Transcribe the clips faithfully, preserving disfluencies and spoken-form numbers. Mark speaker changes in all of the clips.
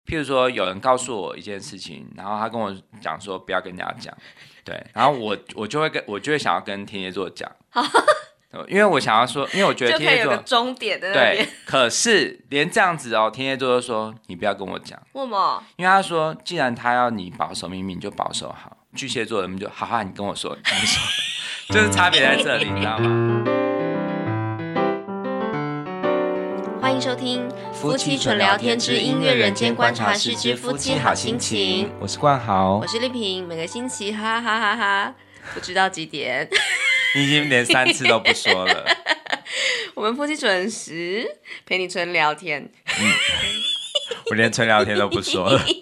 Speaker 1: 譬如说有人告诉我一件事情，然后他跟我讲说不要跟人家讲，对，然后我我就会跟我就会想要跟天蝎座讲。因为我想要说，因为我觉得天蝎座
Speaker 2: 就可以有个终点在那边。
Speaker 1: 对，可是连这样子哦，天蝎座都说你不要跟我讲。
Speaker 2: 为什么？
Speaker 1: 因为他说，既然他要你保守秘密，你就保守好。巨蟹座的人就好好，你跟我说，你跟我说，就是差别在这里，你知道吗？
Speaker 2: 欢迎收听《夫妻纯聊天之音乐人间观察室之夫妻好心情》，
Speaker 1: 我是冠豪，
Speaker 2: 我是丽萍，每个星期哈哈哈哈，不知道几点。
Speaker 1: 你已经连三次都不说了。
Speaker 2: 我们夫妻准时陪你纯聊天。
Speaker 1: 嗯，我连纯聊天都不说了，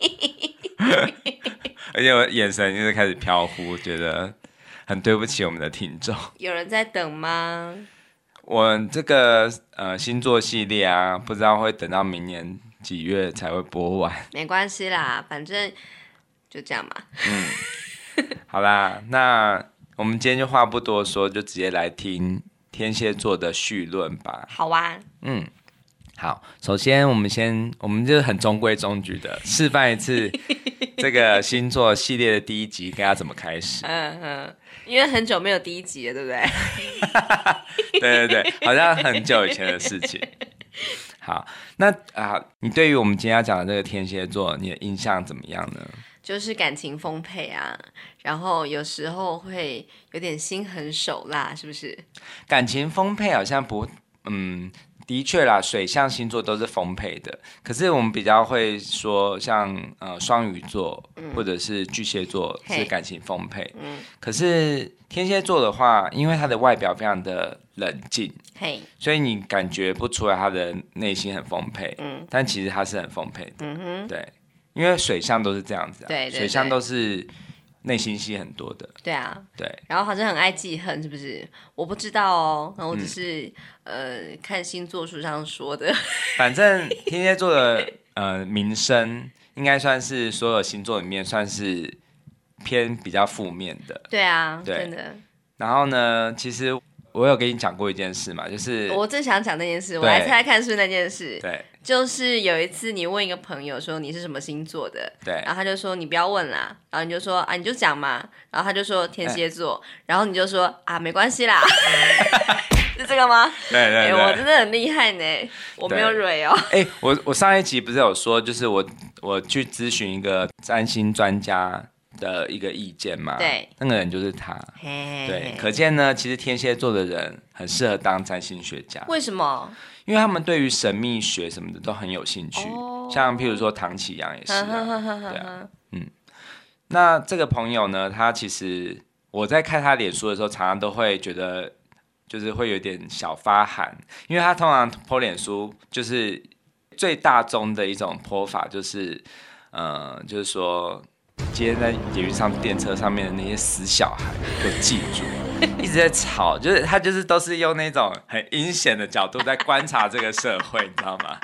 Speaker 1: 而且我眼神就是开始飘忽，觉得很对不起我们的听众。
Speaker 2: 有人在等吗？
Speaker 1: 我这个呃星座系列啊，不知道会等到明年几月才会播完。
Speaker 2: 没关系啦，反正就这样嘛。
Speaker 1: 嗯，好啦，那我们今天就话不多说，就直接来听天蝎座的绪论吧。
Speaker 2: 好啊。
Speaker 1: 嗯，好，首先我们先，我们就很中规中矩的示范一次这个星座系列的第一集该要怎么开始。
Speaker 2: 嗯嗯，因为很久没有第一集了，对不对？
Speaker 1: 对对对，好像很久以前的事情。好，那啊，你对于我们今天要讲的这个天蝎座，你的印象怎么样呢？
Speaker 2: 就是感情丰沛啊，然后有时候会有点心狠手辣，是不是？
Speaker 1: 感情丰沛好像不，嗯，的确啦，水象星座都是丰沛的，可是我们比较会说像呃双鱼座、嗯、或者是巨蟹座是感情丰沛，嗯，可是天蝎座的话，因为他的外表非常的冷静，嘿，所以你感觉不出来他的内心很丰沛，嗯，但其实他是很丰沛的，嗯哼，对。因为水象都是这样子、啊，
Speaker 2: 对对对，
Speaker 1: 水象都是内心戏很多的，
Speaker 2: 对啊，
Speaker 1: 对，
Speaker 2: 然后好像很爱记恨，是不是？我不知道哦，然后我只是、嗯、呃看星座书上说的。
Speaker 1: 反正天蝎座的呃名声应该算是所有星座里面算是偏比较负面的，
Speaker 2: 对啊，
Speaker 1: 对，
Speaker 2: 真的。
Speaker 1: 然后呢，其实我有跟你讲过一件事嘛，就是
Speaker 2: 我正想讲那件事，我来猜猜看是不是那件事。
Speaker 1: 对。
Speaker 2: 就是有一次你问一个朋友说你是什么星座的，
Speaker 1: 对，
Speaker 2: 然后他就说你不要问啦，然后你就说啊你就讲嘛，然后他就说天蝎座，欸、然后你就说啊没关系啦，是这个吗？
Speaker 1: 对对对、
Speaker 2: 欸，我真的很厉害呢，我没有蕊哦。
Speaker 1: 哎、欸，我我上一集不是有说，就是我我去咨询一个占星专家的一个意见嘛，
Speaker 2: 对，
Speaker 1: 那个人就是他，
Speaker 2: 嘿
Speaker 1: 对，可见呢，其实天蝎座的人很适合当占星学家，
Speaker 2: 为什么？
Speaker 1: 因为他们对于神秘学什么的都很有兴趣，哦、像譬如说唐启阳也是、啊，对啊，嗯，那这个朋友呢，他其实我在看他脸书的时候，常常都会觉得就是会有点小发寒，因为他通常 po 脸书就是最大宗的一种 po 法，就是呃，就是说今天在捷运上电车上面的那些死小孩，给我记住。一直在吵，就是他就是都是用那种很阴险的角度在观察这个社会，你知道吗？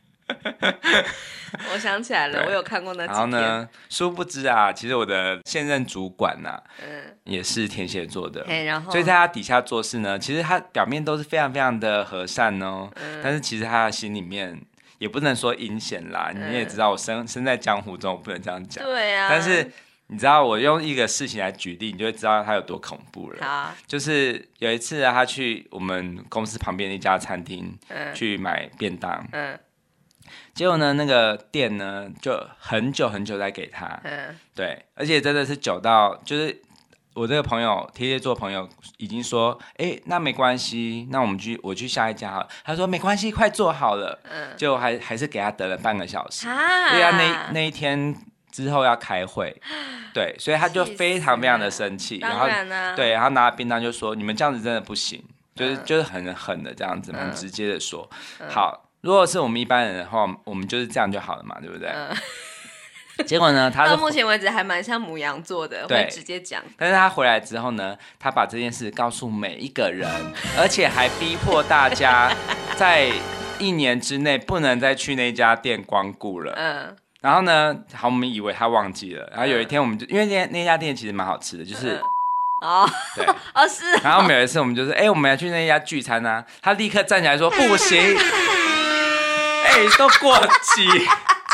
Speaker 2: 我想起来了，我有看过那几篇。
Speaker 1: 然后呢，殊不知啊，其实我的现任主管啊，嗯，也是天蝎座的，
Speaker 2: 然后，
Speaker 1: 所以在他底下做事呢，其实他表面都是非常非常的和善哦，嗯、但是其实他的心里面也不能说阴险啦，嗯、你也知道我身身在江湖中，我不能这样讲，
Speaker 2: 对啊，
Speaker 1: 但是。你知道我用一个事情来举例，你就会知道他有多恐怖了。
Speaker 2: 好，
Speaker 1: 就是有一次啊，他去我们公司旁边的一家餐厅、嗯、去买便当，嗯，结果呢，那个店呢就很久很久在给他，嗯，对，而且真的是久到，就是我这个朋友天蝎座朋友已经说，哎、欸，那没关系，那我们去我去下一家好了。他说没关系，快做好了，嗯，结果还还是给他等了半个小时，啊，因为他那那一天。之后要开会，对，所以他就非常非常的生气，
Speaker 2: 然后
Speaker 1: 对，然后拿便当就说：“你们这样子真的不行，就是、嗯、就是很狠的这样子，很直接的说。嗯”好，如果是我们一般人的话，我们就是这样就好了嘛，对不对？嗯、结果呢，他
Speaker 2: 到目前为止还蛮像牡羊座的，会直接讲。
Speaker 1: 但是他回来之后呢，他把这件事告诉每一个人，而且还逼迫大家在一年之内不能再去那家店光顾了。嗯。然后呢，好，我们以为他忘记了。然后有一天，我们就因为那那家店其实蛮好吃的，就是、
Speaker 2: 嗯、哦，
Speaker 1: 对，
Speaker 2: 哦是哦。
Speaker 1: 然后我们有一次，我们就是，哎、欸，我们要去那家聚餐啊，他立刻站起来说不行，哎、欸，都过期，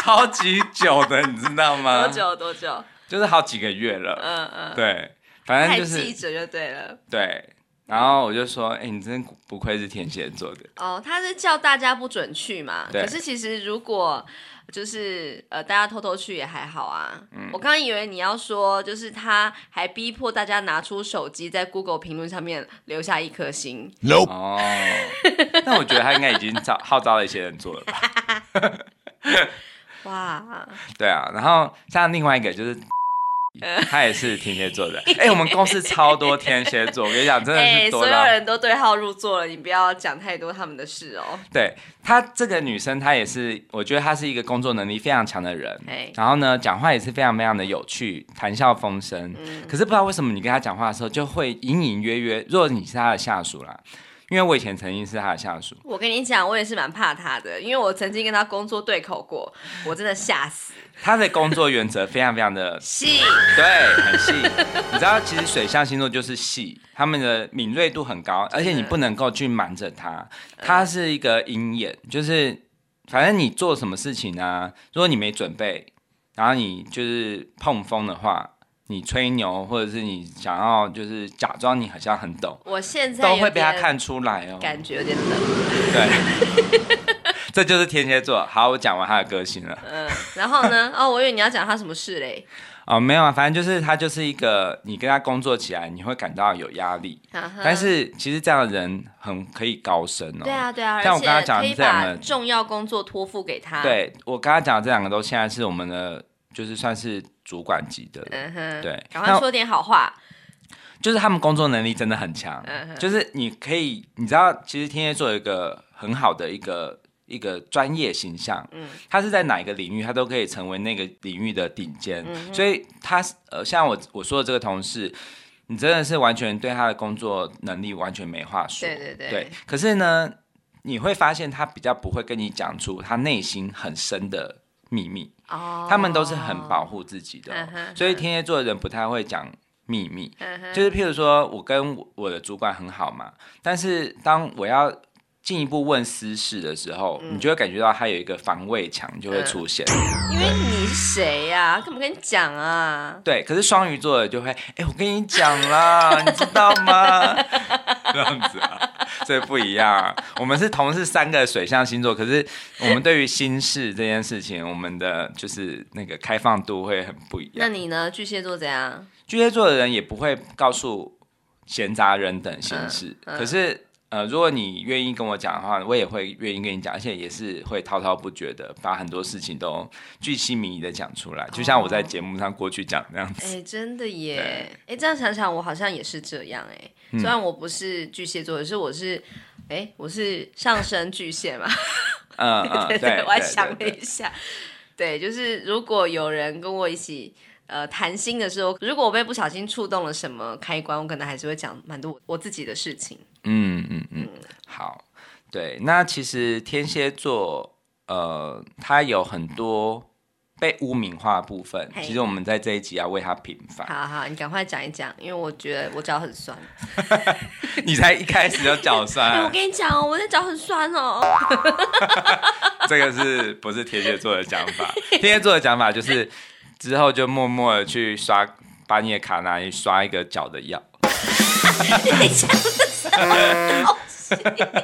Speaker 1: 超级久的，你知道吗？
Speaker 2: 多久？多久？
Speaker 1: 就是好几个月了。嗯嗯，对，反正就是
Speaker 2: 太记者就对了。
Speaker 1: 对，然后我就说，哎、欸，你真不愧是天蝎座的。
Speaker 2: 哦，他是叫大家不准去嘛。可是其实如果就是呃大家偷偷去也还好啊。嗯、我刚刚以为你要说，就是他还逼迫大家拿出手机在 Google 评论上面留下一颗星。
Speaker 1: Nope. 哦，那我觉得他应该已经号召了一些人做了吧。
Speaker 2: 哇，
Speaker 1: 对啊，然后像另外一个就是。他也是天蝎座的，哎、欸，我们公司超多天蝎座，我跟你讲，真的是多到、欸、
Speaker 2: 所有人都对号入座了，你不要讲太多他们的事哦。
Speaker 1: 对，她这个女生，她也是，我觉得她是一个工作能力非常强的人，然后呢，讲话也是非常非常的有趣，谈笑风生、嗯。可是不知道为什么你跟她讲话的时候，就会隐隐约约，如果你是她的下属啦。因为我以前曾经是他的下属，
Speaker 2: 我跟你讲，我也是蛮怕他的，因为我曾经跟他工作对口过，我真的吓死。
Speaker 1: 他的工作原则非常非常的
Speaker 2: 细，
Speaker 1: 对，很细。你知道，其实水象星座就是细，他们的敏锐度很高，而且你不能够去瞒着他。他是一个鹰眼，就是反正你做什么事情啊，如果你没准备，然后你就是碰风的话。你吹牛，或者是你想要就是假装你好像很懂，
Speaker 2: 我现在
Speaker 1: 都会被他看出来哦，
Speaker 2: 感觉有点冷。
Speaker 1: 对，这就是天蝎座。好，我讲完他的个性了。
Speaker 2: 嗯，然后呢？哦，我以为你要讲他什么事嘞。
Speaker 1: 哦，没有啊，反正就是他就是一个，你跟他工作起来，你会感到有压力。但是其实这样的人很可以高升哦。
Speaker 2: 对啊，对啊，
Speaker 1: 像我跟他讲的这两个
Speaker 2: 重要工作托付给他。
Speaker 1: 对，我跟他讲的这两个都现在是我们的，就是算是主管级的。嗯哼，对，
Speaker 2: 赶快说点好话。
Speaker 1: 就是他们工作能力真的很强，嗯、就是你可以，你知道，其实天蝎座有一个很好的一个。一个专业形象，嗯，他是在哪一个领域，他都可以成为那个领域的顶尖，嗯，所以他呃，像我我说的这个同事，你真的是完全对他的工作能力完全没话说，
Speaker 2: 对对对，
Speaker 1: 对。可是呢，你会发现他比较不会跟你讲出他内心很深的秘密，哦，他们都是很保护自己的，哦嗯，所以天蝎座的人不太会讲秘密，嗯，就是譬如说我跟我的主管很好嘛，但是当我要进一步问私事的时候，嗯，你就会感觉到他有一个防卫墙就会出现，
Speaker 2: 嗯，因为你是谁呀，啊？干嘛跟你讲啊？
Speaker 1: 对，可是双鱼座的就会，哎，欸，我跟你讲啦，你知道吗？这样子啊，所以不一样啊。我们是同是三个水象星座，可是我们对于心事这件事情，我们的就是那个开放度会很不一样。
Speaker 2: 那你呢？巨蟹座怎样？
Speaker 1: 巨蟹座的人也不会告诉闲杂人等心事，嗯嗯，可是。呃，如果你愿意跟我讲的话，我也会愿意跟你讲，而且也是会滔滔不绝的把很多事情都巨细靡遗的讲出来，就像我在节目上过去讲那样子。
Speaker 2: 哎，欸，真的耶！哎，欸，这样想想，我好像也是这样哎，欸嗯。虽然我不是巨蟹座，可是我是，哎，欸，我是上升巨蟹嘛。嗯嗯，对 对, 对, 对，我还想了一下，对，就是如果有人跟我一起。呃，谈心的时候，如果我被不小心触动了什么开关，我可能还是会讲蛮多我自己的事情。
Speaker 1: 嗯嗯嗯，好，对，那其实天蝎座，呃，它有很多被污名化的部分，其实我们在这一集要为它平反。
Speaker 2: 好好，你赶快讲一讲，因为我觉得我脚很酸。
Speaker 1: 你才一开始就脚酸，
Speaker 2: 欸，我跟你讲哦，我的脚很酸哦。
Speaker 1: 这个是不是天蝎座的讲法？天蝎座的讲法就是。之后就默默的去刷，把你的卡拿去刷一个脚的药。
Speaker 2: 你讲的什么东西？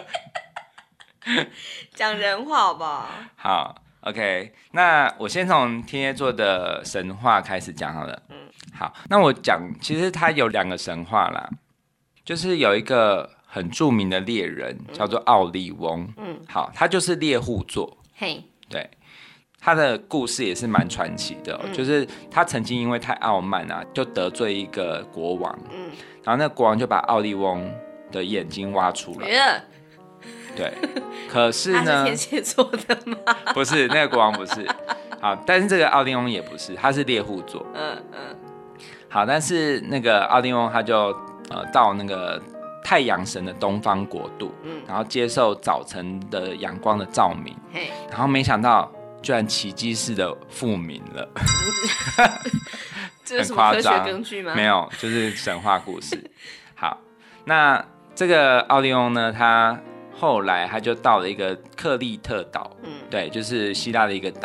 Speaker 2: 讲人话好不好？
Speaker 1: 好 ，OK。那我先从天蝎座的神话开始讲好了。嗯，好。那我讲，其实它有两个神话啦，就是有一个很著名的猎人，嗯，叫做奥利翁。嗯，好，他就是猎户座。嘿，对。他的故事也是蛮传奇的，哦嗯，就是他曾经因为太傲慢啊，就得罪一个国王，嗯，然后那个国王就把奥利翁的眼睛挖出来，欸，对，可是呢，
Speaker 2: 他是天蝎座的吗？
Speaker 1: 不是，那个国王不是，好，但是这个奥利翁也不是，他是猎户座，嗯嗯，好，但是那个奥利翁他就呃到那个太阳神的东方国度，嗯，然后接受早晨的阳光的照明，嘿，然后没想到。居然奇迹式的复明了，
Speaker 2: 这是什么科学根据吗？
Speaker 1: 没有，就是神话故事。好，那这个奥利翁呢，他后来他就到了一个克利特岛，嗯，对，就是希腊的一个岛，嗯，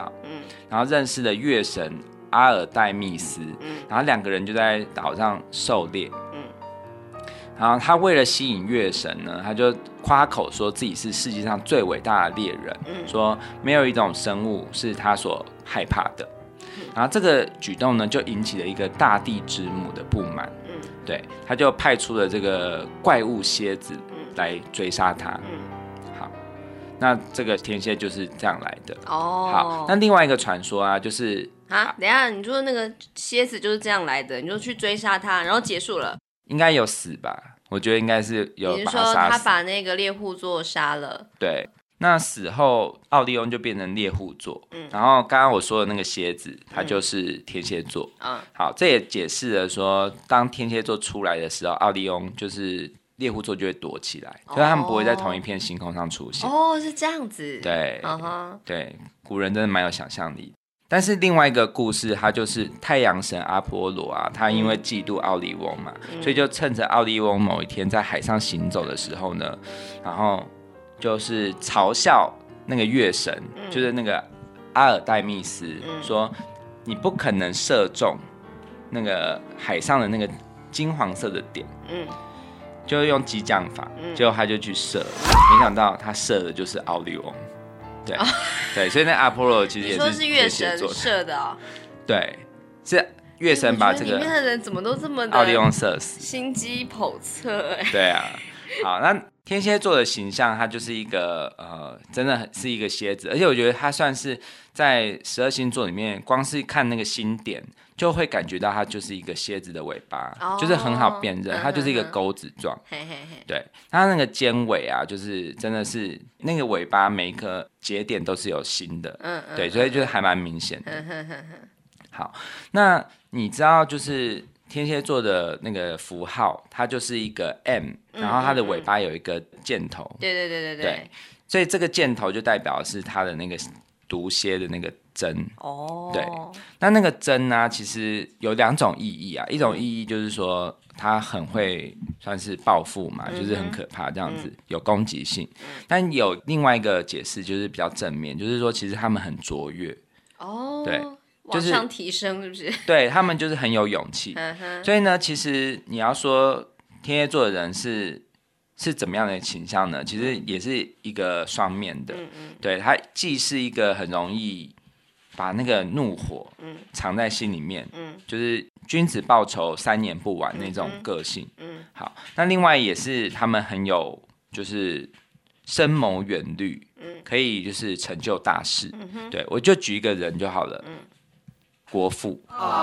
Speaker 1: 然后认识了月神阿尔岱密斯，嗯，然后两个人就在岛上狩猎，嗯，然后他为了吸引月神呢，他就夸口说自己是世界上最伟大的猎人，嗯，说没有一种生物是他所害怕的。然后这个举动呢，就引起了一个大地之母的不满，嗯，对，他就派出了这个怪物蝎子来追杀他，嗯，好，那这个天蝎就是这样来的，哦，好，那另外一个传说啊，就是
Speaker 2: 啊，等一下你说那个蝎子就是这样来的，你就去追杀他，然后结束了，
Speaker 1: 应该有死吧？我觉得应该是有把他杀死。你是说
Speaker 2: 他把那个猎户座杀了？
Speaker 1: 对。那死后，奥利翁就变成猎户座，嗯，然后刚刚我说的那个蝎子，它就是天蝎座，嗯，好，这也解释了说，当天蝎座出来的时候，奥利翁就是猎户座就会躲起来，所以他们不会在同一片星空上出现。
Speaker 2: 哦，是这样子。
Speaker 1: 对，嗯哼，对，古人真的蛮有想象力。但是另外一个故事，它就是太阳神阿波罗啊，他因为嫉妒奥利翁嘛，嗯，所以就趁着奥利翁某一天在海上行走的时候呢，然后就是嘲笑那个月神，嗯，就是那个阿尔岱密斯，嗯，说你不可能射中那个海上的那个金黄色的点，嗯，就用激将法，嗯，结果他就去射，没想到他射的就是奥利翁，对，哦，对，所以那阿波罗其实也是
Speaker 2: 你说是月神射的，哦，
Speaker 1: 对，是月神把这个
Speaker 2: 里面的人怎么都这么的
Speaker 1: 奥利翁射死，
Speaker 2: 心机叵测，哎，
Speaker 1: 对啊，好，那天蝎座的形象，它就是一个呃，真的是一个蝎子，而且我觉得它算是在十二星座里面，光是看那个星点，就会感觉到它就是一个蝎子的尾巴，哦，就是很好辨认，它就是一个钩子状，嘿嘿嘿，对，它那个尖尾啊，就是真的是那个尾巴每一个节点都是有星的，嗯嗯，对，所以就是还蛮明显的。好，那你知道就是天蝎座的那个符号，它就是一个 M， 然后它的尾巴有一个箭头。
Speaker 2: 对对对对对。
Speaker 1: 所以这个箭头就代表的是它的那个毒蝎的那个针。哦。对。那那个针呢，其实有两种意义啊。一种意义就是说，它很会算是报复嘛，嗯、就是很可怕这样子，嗯、有攻击性。但有另外一个解释，就是比较正面，就是说其实他们很卓越。哦。对。
Speaker 2: 往上提升是不是？
Speaker 1: 对，他们就是很有勇气，所以呢，其实你要说天蝎座的人是是怎么样的倾向呢？其实也是一个双面的，嗯嗯，对，他既是一个很容易把那个怒火藏在心里面，嗯，就是君子报仇三年不晚那种个性，嗯，好，那另外也是他们很有就是深谋远虑，嗯，可以就是成就大事，嗯，对，我就举一个人就好了，嗯。国父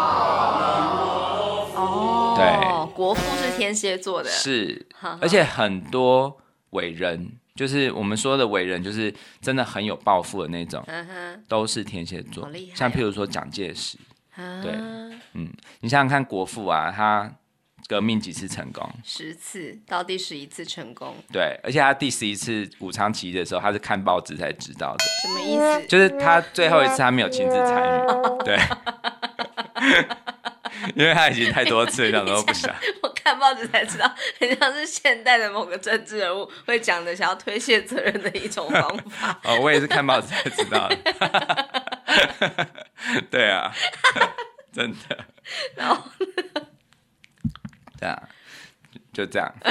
Speaker 2: 哦，对，国父是天蝎座的，
Speaker 1: 是，而且很多伟人，就是我们说的伟人，就是真的很有抱负的那种，嗯、都是天蝎座。哦、像譬如说蒋介石，啊、对，嗯，你想想看，国父啊，他革命几次成功？
Speaker 2: 十次，到第十一次成功。
Speaker 1: 对，而且他第十一次武昌起义的时候，他是看报纸才知道的。
Speaker 2: 什么意思？
Speaker 1: 就是他最后一次他没有亲自参与，对，因为他已经太多次了，都不想。
Speaker 2: 我看报纸才知道，很像是现代的某个政治人物会讲的想要推卸责任的一种方法。
Speaker 1: 哦，我也是看报纸才知道的。对啊，真的。然后。对啊，就这样。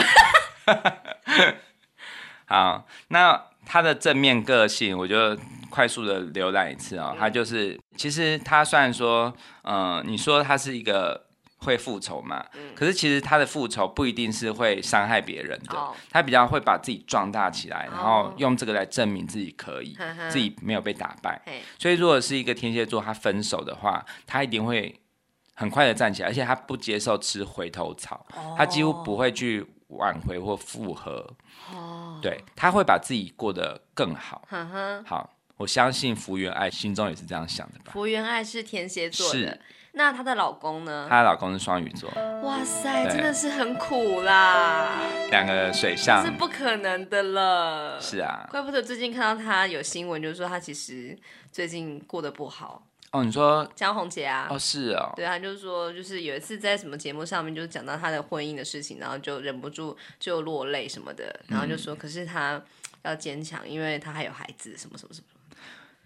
Speaker 1: 好，那他的正面个性，我就快速的浏览一次哦。他就是，其实他虽然说，嗯、呃，你说他是一个会复仇嘛，嗯、可是其实他的复仇不一定是会伤害别人的，哦、他比较会把自己壮大起来，然后用这个来证明自己可以，哦、自己没有被打败。所以如果是一个天蝎座，他分手的话，他一定会很快的站起来，而且他不接受吃回头草，哦、他几乎不会去挽回或复合。哦，对，他会把自己过得更好。呵呵，好，我相信福原爱心中也是这样想的吧。
Speaker 2: 福原爱是天蝎座的，是。那她的老公呢？
Speaker 1: 她的老公是双鱼座。
Speaker 2: 哇塞，真的是很苦啦！
Speaker 1: 两个水象
Speaker 2: 是不可能的了。
Speaker 1: 是啊，
Speaker 2: 怪不得最近看到她有新闻，就是说她其实最近过得不好。
Speaker 1: 哦，你说
Speaker 2: 江宏杰啊？
Speaker 1: 哦，是哦。
Speaker 2: 对，他就说，就是有一次在什么节目上面，就讲到他的婚姻的事情，然后就忍不住就落泪什么的，然后就说，嗯、可是他要坚强，因为他还有孩子，什么什么什么。
Speaker 1: 其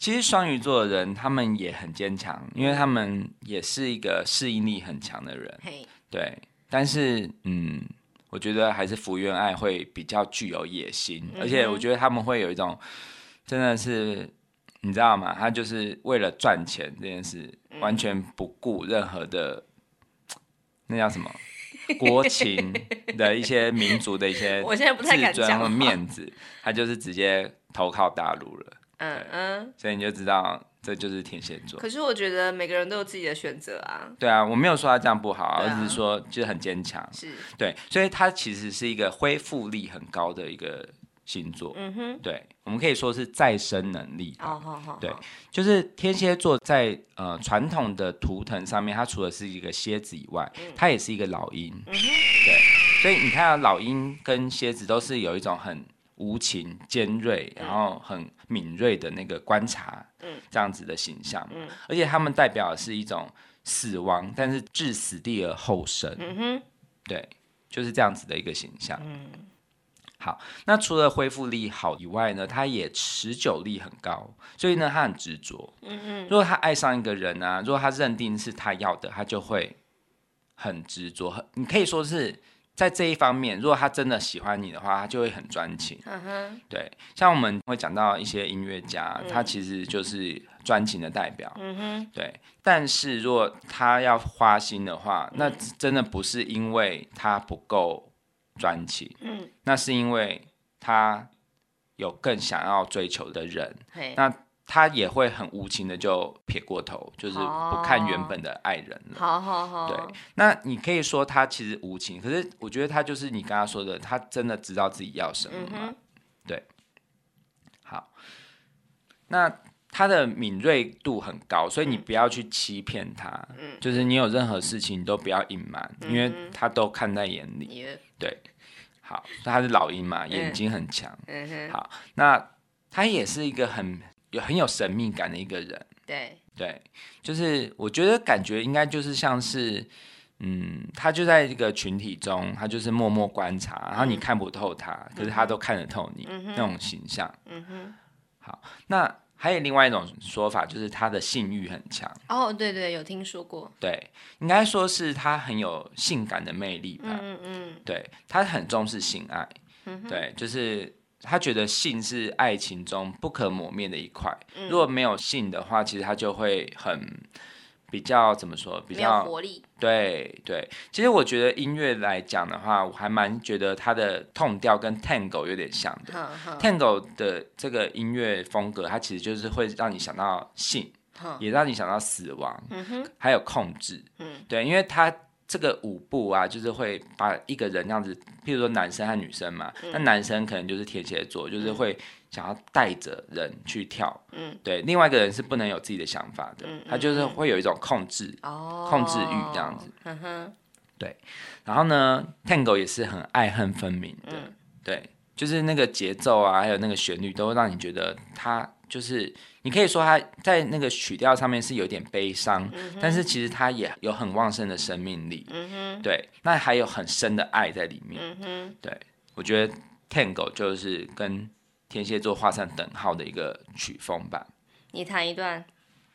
Speaker 1: 其实双鱼座的人他们也很坚强，因为他们也是一个适应力很强的人，对。但是嗯，我觉得还是福原爱会比较具有野心，嗯、而且我觉得他们会有一种真的是你知道吗？他就是为了赚钱这件事，嗯、完全不顾任何的那叫什么国情的一些民族的一些自尊和面子，他就是直接投靠大陆了。嗯嗯，所以你就知道这就是天蝎座。
Speaker 2: 可是我觉得每个人都有自己的选择啊。
Speaker 1: 对啊，我没有说他这样不好，而、啊、是说就是很坚强。是，对，所以他其实是一个恢复力很高的一个星座。嗯哼，对，我们可以说是再生能力吧。哦，好好。对，就是天蝎座在呃传统的图腾上面，它除了是一个蝎子以外，嗯、它也是一个老鹰。嗯哼，对，所以你看到老鹰跟蝎子都是有一种很无情、尖锐，然后很敏锐的那个观察，嗯，这样子的形象，嗯，而且他们代表的是一种死亡，但是置死地而后生，嗯哼，对，就是这样子的一个形象，嗯，好，那除了恢复力好以外呢，他也持久力很高，所以呢，他很执着，嗯嗯，如果他爱上一个人啊，如果他认定是他要的，他就会很执着，你可以说是。在这一方面，如果他真的喜欢你的话，他就会很专情。Uh-huh. 对，像我们会讲到一些音乐家，嗯、他其实就是专情的代表。Uh-huh. 对，但是如果他要花心的话，那真的不是因为他不够专情，嗯、那是因为他有更想要追求的人。Uh-huh. 那他也会很无情的就撇过头，就是不看原本的爱人了。好好好。对，那你可以说他其实无情，可是我觉得他就是你刚刚说的，他真的知道自己要什么嘛。嗯、对。好，那他的敏锐度很高，所以你不要去欺骗他。嗯、就是你有任何事情你都不要隐瞒，嗯、因为他都看在眼里。嗯、对。好，他是老鹰嘛，眼睛很强。嗯、好，那他也是一个很。有很有神秘感的一个人，对对，就是我觉得感觉应该就是像是，嗯，他就在这个群体中，他就是默默观察，然后你看不透他，嗯、可是他都看得透你、嗯、那种形象。嗯哼，好，那还有另外一种说法，就是他的性欲很强。
Speaker 2: 哦，对对，有听说过。
Speaker 1: 对，应该说是他很有性感的魅力吧。嗯嗯，对，他很重视性爱。嗯、对，就是。他觉得性是爱情中不可磨灭的一块、嗯，如果没有性的话，其实他就会很比较怎么说，比较
Speaker 2: 没有活力。
Speaker 1: 对对，其实我觉得音乐来讲的话，我还蛮觉得他的痛调跟 Tango 有点像的。呵呵 Tango 的这个音乐风格，它其实就是会让你想到性，也让你想到死亡，嗯、还有控制。嗯、对，因为他。这个舞步啊，就是会把一个人这样子，譬如说男生和女生嘛，嗯、那男生可能就是天蝎座，就是会想要带着人去跳，嗯，对，另外一个人是不能有自己的想法的，嗯、他就是会有一种控制，哦、控制欲这样子，嗯哼，对，然后呢 ，Tango 也是很爱恨分明的，嗯、对，就是那个节奏啊，还有那个旋律，都会让你觉得他就是。你可以说他在那个曲调上面是有点悲伤，嗯、但是其实他也有很旺盛的生命力，嗯、对，那还有很深的爱在里面，嗯、对，我觉得 Tango 就是跟天蝎座画上等号的一个曲风吧。
Speaker 2: 你弹一段。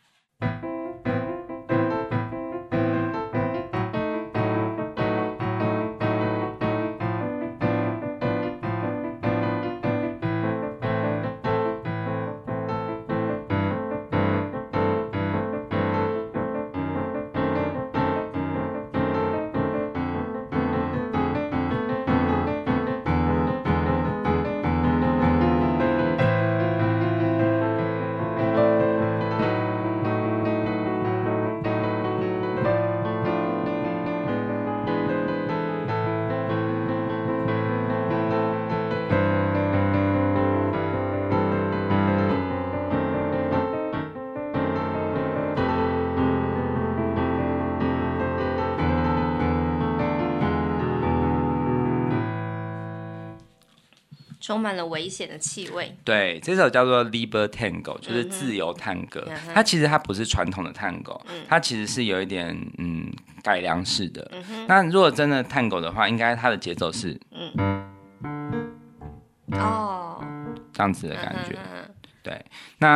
Speaker 2: 充满了危险的气味。
Speaker 1: 对，这首叫做 Libertango， 就是自由探戈、嗯、它其实它不是传统的探戈、嗯、它其实是有一点嗯改良式的、嗯、那如果真的探戈的话，应该它的节奏是嗯哦这样子的感觉、嗯、对，那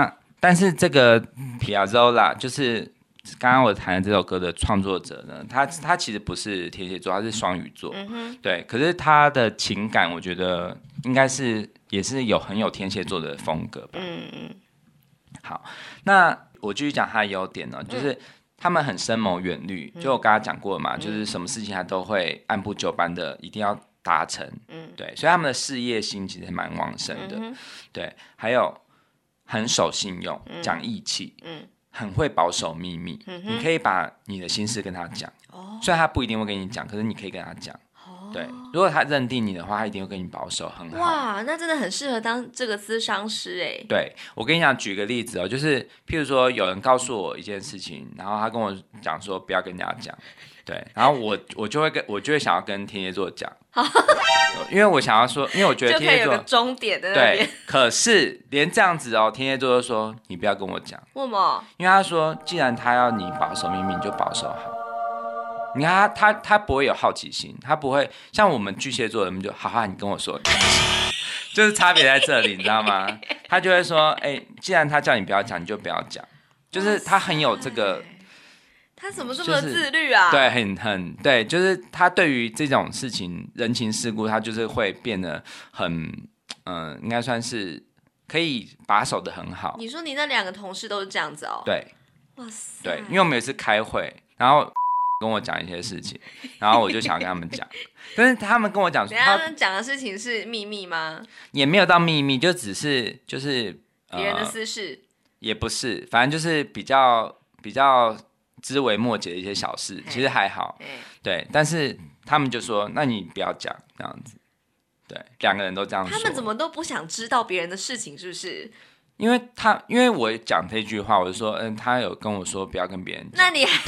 Speaker 1: 但是这个 Piazzolla 就是刚刚我谈的这首歌的创作者呢，他他其实不是天蝎座，他是双鱼座，嗯、对。可是他的情感，我觉得应该是也是有很有天蝎座的风格吧。嗯嗯。好，那我继续讲他的优点呢，就是他们很深谋远虑，就我刚刚讲过嘛，嗯、就是什么事情他都会按部就班的，一定要达成。嗯，对，所以他们的事业心其实蛮旺盛的。嗯、对，还有很守信用，讲义气。嗯。很会保守秘密，嗯、你可以把你的心事跟他讲，哦、虽然他不一定会跟你讲，可是你可以跟他讲。哦、对，如果他认定你的话，他一定会跟你保守，很好。
Speaker 2: 哇，那真的很适合当这个咨商师哎。
Speaker 1: 对，我跟你讲，举个例子哦，就是譬如说有人告诉我一件事情，然后他跟我讲说不要跟人家讲，对，然后我我就会跟我就会想要跟天蝎座讲。因为我想要说，因为我觉得天蝎座
Speaker 2: 就可以有个终点在那边。
Speaker 1: 对，可是连这样子哦，天蝎座就说你不要跟我讲。
Speaker 2: 为什么？
Speaker 1: 因为他说，既然他要你保守秘密，你就保守好。你看他，他他不会有好奇心，他不会像我们巨蟹座的人就好好，你跟我说，就是差别在这里，你知道吗？他就会说，哎、欸，既然他叫你不要讲，你就不要讲，就是他很有这个。
Speaker 2: 他怎么这么自律啊？
Speaker 1: 就是、对，很很对，就是他对于这种事情、人情世故，他就是会变得很，嗯、呃，应该算是可以把守的很好。
Speaker 2: 你说你那两个同事都是这样子哦？
Speaker 1: 对，
Speaker 2: 哇塞，
Speaker 1: 对，因为我们有一次开会，然后跟我讲一些事情，然后我就想跟他们讲，但是他们跟我讲说，
Speaker 2: 他们讲的事情是秘密吗？
Speaker 1: 也没有到秘密，就只是就是
Speaker 2: 别、呃、人的私事，
Speaker 1: 也不是，反正就是比较比较。枝微末节的一些小事，其实还好，对，但是他们就说，那你不要讲这样子，对，两个人都这样说。
Speaker 2: 他们怎么都不想知道别人的事情，是不是？
Speaker 1: 因为他，因为我讲这句话，我就说，嗯，他有跟我说不要跟别人讲。
Speaker 2: 那你还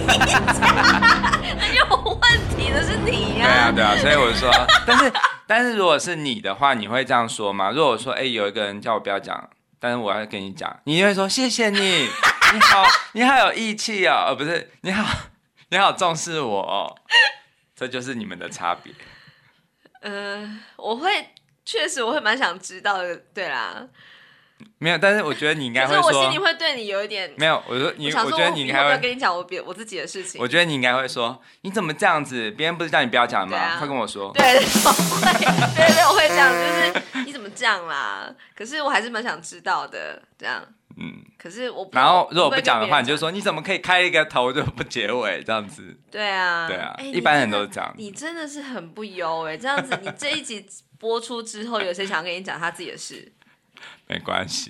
Speaker 2: 那有问题的是你呀、
Speaker 1: 啊。对啊，对啊，所以我就说，但是但是如果是你的话，你会这样说吗？如果说，哎、欸，有一个人叫我不要讲，但是我要跟你讲，你会说谢谢你。你好，你好有义气哦，呃，不是，你好，你好重视我哦，这就是你们的差别。
Speaker 2: 呃，我会，确实我会蛮想知道的，对啦。
Speaker 1: 没有，但是我觉得你应该会说，
Speaker 2: 可是我心里会对你有一点
Speaker 1: 没有，我说你，
Speaker 2: 我,
Speaker 1: 我觉得你应该会，
Speaker 2: 我要跟你讲我别我自己的事情。
Speaker 1: 我觉得你应该会说，你怎么这样子？别人不是叫你不要讲吗？啊、快跟我说。
Speaker 2: 对，我会，对对，我会这样，就是你怎么这样啦？可是我还是蛮想知道的，这样。嗯，可是我不
Speaker 1: 然后如果不讲的话，你就说你怎么可以开一个头就不结尾这样子？
Speaker 2: 对啊，
Speaker 1: 对啊，欸、一般人都是这样。
Speaker 2: 你真的是很不优哎、欸，这样子你这一集播出之后，有谁想要跟你讲他自己的事？
Speaker 1: 没关系。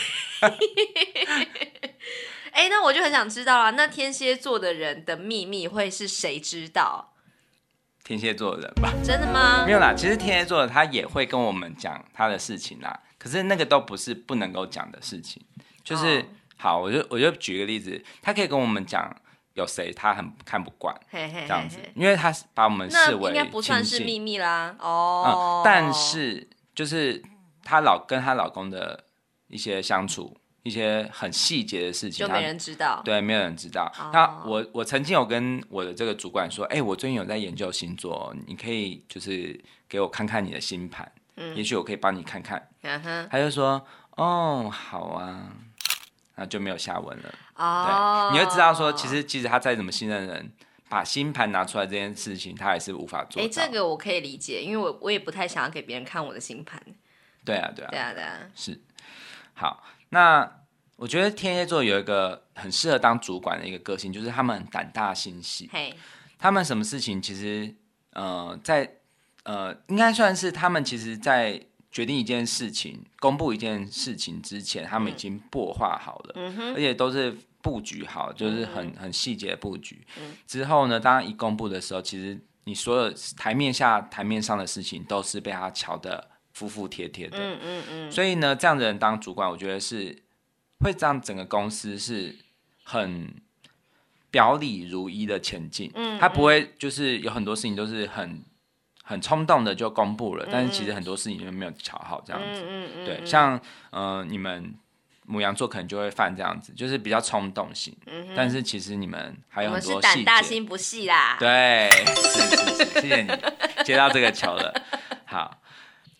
Speaker 2: 哎、欸，那我就很想知道啦，那天蝎座的人的秘密会是谁知道？
Speaker 1: 天蝎座的人吧？
Speaker 2: 真的吗？
Speaker 1: 没有啦，其实天蝎座的他也会跟我们讲他的事情啦，可是那个都不是不能够讲的事情。就是、oh. 好，我就我就举个例子，他可以跟我们讲有谁他很看不惯， hey, hey, hey, hey. 这样子，因为他把我们视为
Speaker 2: 那应该不算是秘密啦。哦、oh.
Speaker 1: 嗯，但是就是她老跟她老公的一些相处，一些很细节的事情，
Speaker 2: 就没人知道。
Speaker 1: 对，没有人知道。Oh. 那我我曾经有跟我的这个主管说，哎、欸，我最近有在研究星座，你可以就是给我看看你的星盘，嗯、也许我可以帮你看看。Uh-huh. 他就说，哦，好啊。那就没有下文了。哦、oh. 对，你会知道说，其实即使他再怎么信任人，把星盘拿出来这件事情，他还是无法做到。
Speaker 2: 哎、欸，这个我可以理解，因为我我也不太想要给别人看我的星盘。
Speaker 1: 对啊，对啊，
Speaker 2: 对啊，对啊，
Speaker 1: 是。好，那我觉得天蝎座有一个很适合当主管的一个个性，就是他们很胆大心细。嘿、hey. 他们什么事情其实，呃，在呃，应该算是他们其实，在决定一件事情、公布一件事情之前，他们已经擘画好了，嗯、而且都是布局好，就是很很细节的布局、嗯。之后呢，当一公布的时候，其实你所有台面下、台面上的事情都是被他瞧得服服帖帖的。嗯嗯嗯。所以呢，这样的人当主管，我觉得是会让整个公司是很表里如一的前进。嗯嗯，他不会就是有很多事情都是很。很冲动的就公布了，嗯、但是其实很多事情就没有瞧好这样子。嗯嗯、对，像呃你们牡羊座可能就会犯这样子，就是比较冲动型、嗯，但是其实你们还有很多细节。我们
Speaker 2: 是胆大心不细啦。
Speaker 1: 对，是是是，谢谢你接到这个球了。好，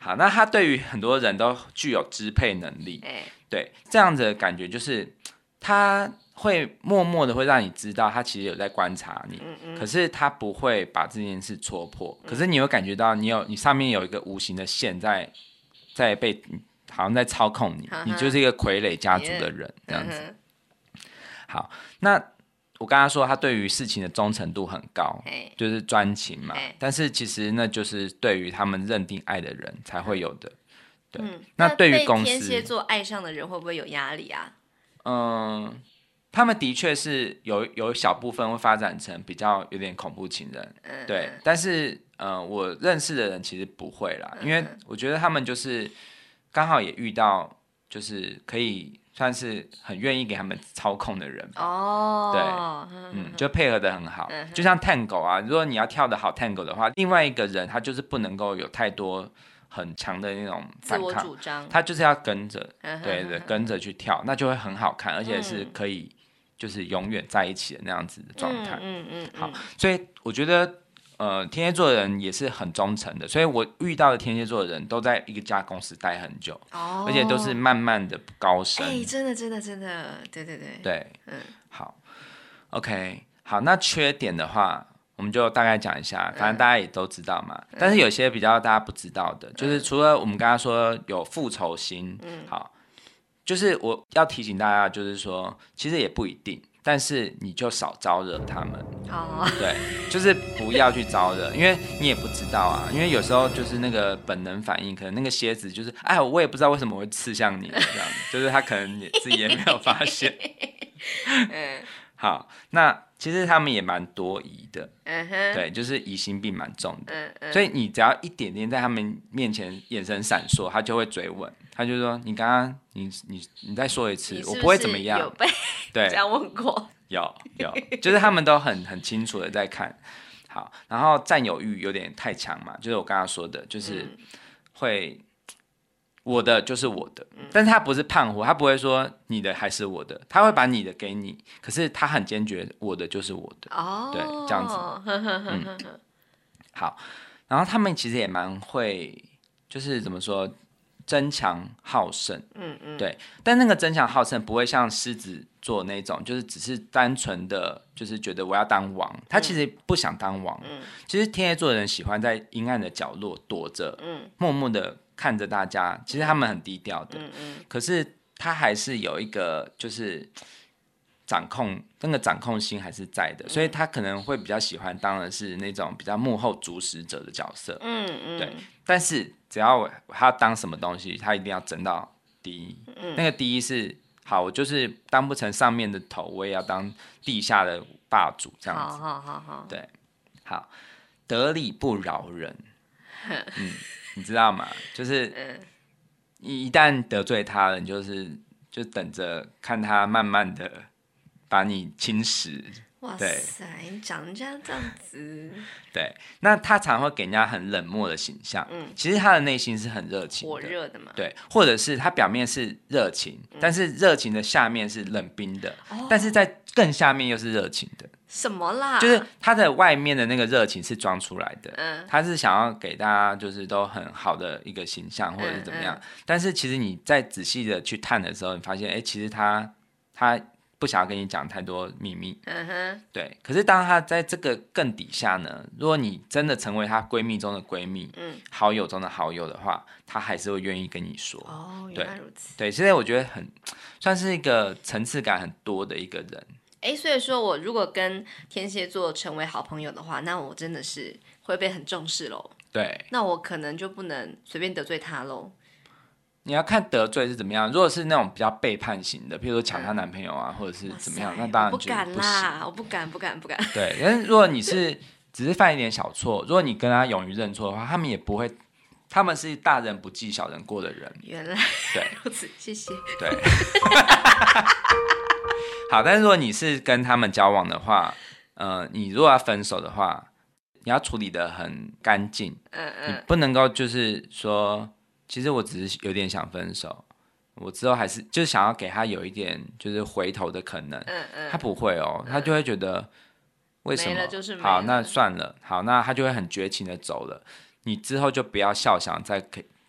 Speaker 1: 好，那他对于很多人都具有支配能力，欸、对，这样子的感觉就是他会默默的会让你知道他其实有在观察你，嗯嗯，可是他不会把这件事戳破，嗯、可是你会感觉到你有你上面有一个无形的线在在被好像在操控你，呵呵，你就是一个傀儡家族的人，这样子。好，那我刚刚说他对于事情的忠诚度很高，就是专情嘛，但是其实那就是对于他们认定爱的人才会有的。对，嗯、那对于公司，
Speaker 2: 天蝎座爱上的人会不会有压力啊？
Speaker 1: 嗯，他们的确是有有小部分会发展成比较有点恐怖情人，嗯、对，但是呃，我认识的人其实不会啦，因为我觉得他们就是刚好也遇到就是可以算是很愿意给他们操控的人吧。哦，对，嗯，就配合的很好，嗯、就像 Tango 啊，如果你要跳得好 Tango 的话，另外一个人他就是不能够有太多很强的那种反抗，
Speaker 2: 自我主張，
Speaker 1: 他就是要跟着，对对，跟着去跳，那就会很好看，而且是可以就是永远在一起的那样子的状态。嗯嗯嗯。好，所以我觉得呃，天蝎座的人也是很忠诚的，所以我遇到的天蝎座的人都在一家公司待很久，哦，而且都是慢慢的高升。
Speaker 2: 哎，真的真的真的，对对对。
Speaker 1: 对，嗯，好 ，OK， 好，那缺点的话。我们就大概讲一下，反正大家也都知道嘛。嗯、但是有些比较大家不知道的，嗯、就是除了我们刚刚说有复仇心，嗯，好，就是我要提醒大家，就是说其实也不一定，但是你就少招惹他们。哦，对，就是不要去招惹，因为你也不知道啊。因为有时候就是那个本能反应，可能那个蝎子就是，哎，我也不知道为什么会刺向你，这样，就是他可能自己也没有发现。嗯，好，那。其实他们也蛮多疑的，嗯、对，就是疑心病蛮重的，嗯嗯、所以你只要一点点在他们面前眼神闪烁，他就会追问，他就说：“你刚刚你你你再说一次，
Speaker 2: 是是
Speaker 1: 我不会怎么样。”
Speaker 2: 有被对这样问过？
Speaker 1: 有有，就是他们都很很清楚的在看。好，然后占有欲有点太强嘛，就是我刚刚说的，就是会。我的就是我的，但是他不是胖虎，他不会说你的还是我的，他会把你的给你，可是他很坚决，我的就是我的，哦，对，这样子，嗯，好，然后他们其实也蛮会，就是怎么说，争强好胜，嗯嗯，对，但那个争强好胜不会像狮子座那种，就是只是单纯的，就是觉得我要当王，他其实不想当王，嗯，其实天蝎座的人喜欢在阴暗的角落躲着，嗯，默默的。看着大家，其实他们很低调的，嗯嗯、可是他还是有一个就是掌控，那个掌控心还是在的，嗯、所以他可能会比较喜欢当的是那种比较幕后主使者的角色，嗯嗯，对。但是只要他要当什么东西，他一定要争到第一，嗯、那个第一是好，我就是当不成上面的头，我也要当地下的霸主，这样子，好好好好，对，好，得理不饶人，嗯。你知道吗？就是一旦得罪他了，你就是就等着看他慢慢的把你侵蚀。
Speaker 2: 哇塞，你讲人家这样子。
Speaker 1: 对，那他常会给人家很冷漠的形象。嗯，其实他的内心是很热情的，
Speaker 2: 火热的嘛。
Speaker 1: 对，或者是他表面是热情，嗯、但是热情的下面是冷冰的，哦、但是在更下面又是热情的。
Speaker 2: 什么啦？
Speaker 1: 就是他的外面的那个热情是装出来的，嗯，他是想要给大家就是都很好的一个形象或者是怎么样，嗯嗯、但是其实你在仔细的去探的时候，你发现，哎，其实他他不想要跟你讲太多秘密，嗯哼，对。可是当他在这个更底下呢，如果你真的成为他闺蜜中的闺蜜，嗯，好友中的好友的话，他还是会愿意跟你说。
Speaker 2: 哦，原来如此。
Speaker 1: 对，现在我觉得很算是一个层次感很多的一个人。
Speaker 2: 哎，所以说我如果跟天蝎座成为好朋友的话，那我真的是会被很重视咯。
Speaker 1: 对，
Speaker 2: 那我可能就不能随便得罪他咯。
Speaker 1: 你要看得罪是怎么样，如果是那种比较背叛型的，譬如说抢她男朋友啊，嗯、或者是怎么样，那当然
Speaker 2: 就不敢啦，我不敢，不敢，不敢。
Speaker 1: 对，但是如果你是只是犯一点小错，如果你跟他勇于认错的话，他们也不会，他们是大人不计小人过的人。
Speaker 2: 原来
Speaker 1: 对
Speaker 2: 如此，谢谢。
Speaker 1: 对。好，但是如果你是跟他们交往的话，呃，你如果要分手的话，你要处理得很干净，嗯嗯，你不能够就是说，其实我只是有点想分手，我之后还是就是想要给他有一点就是回头的可能，嗯嗯，他不会哦，他就会觉得为什么？
Speaker 2: 没了就是没了，
Speaker 1: 好，那算了，好，那他就会很绝情的走了，你之后就不要笑想再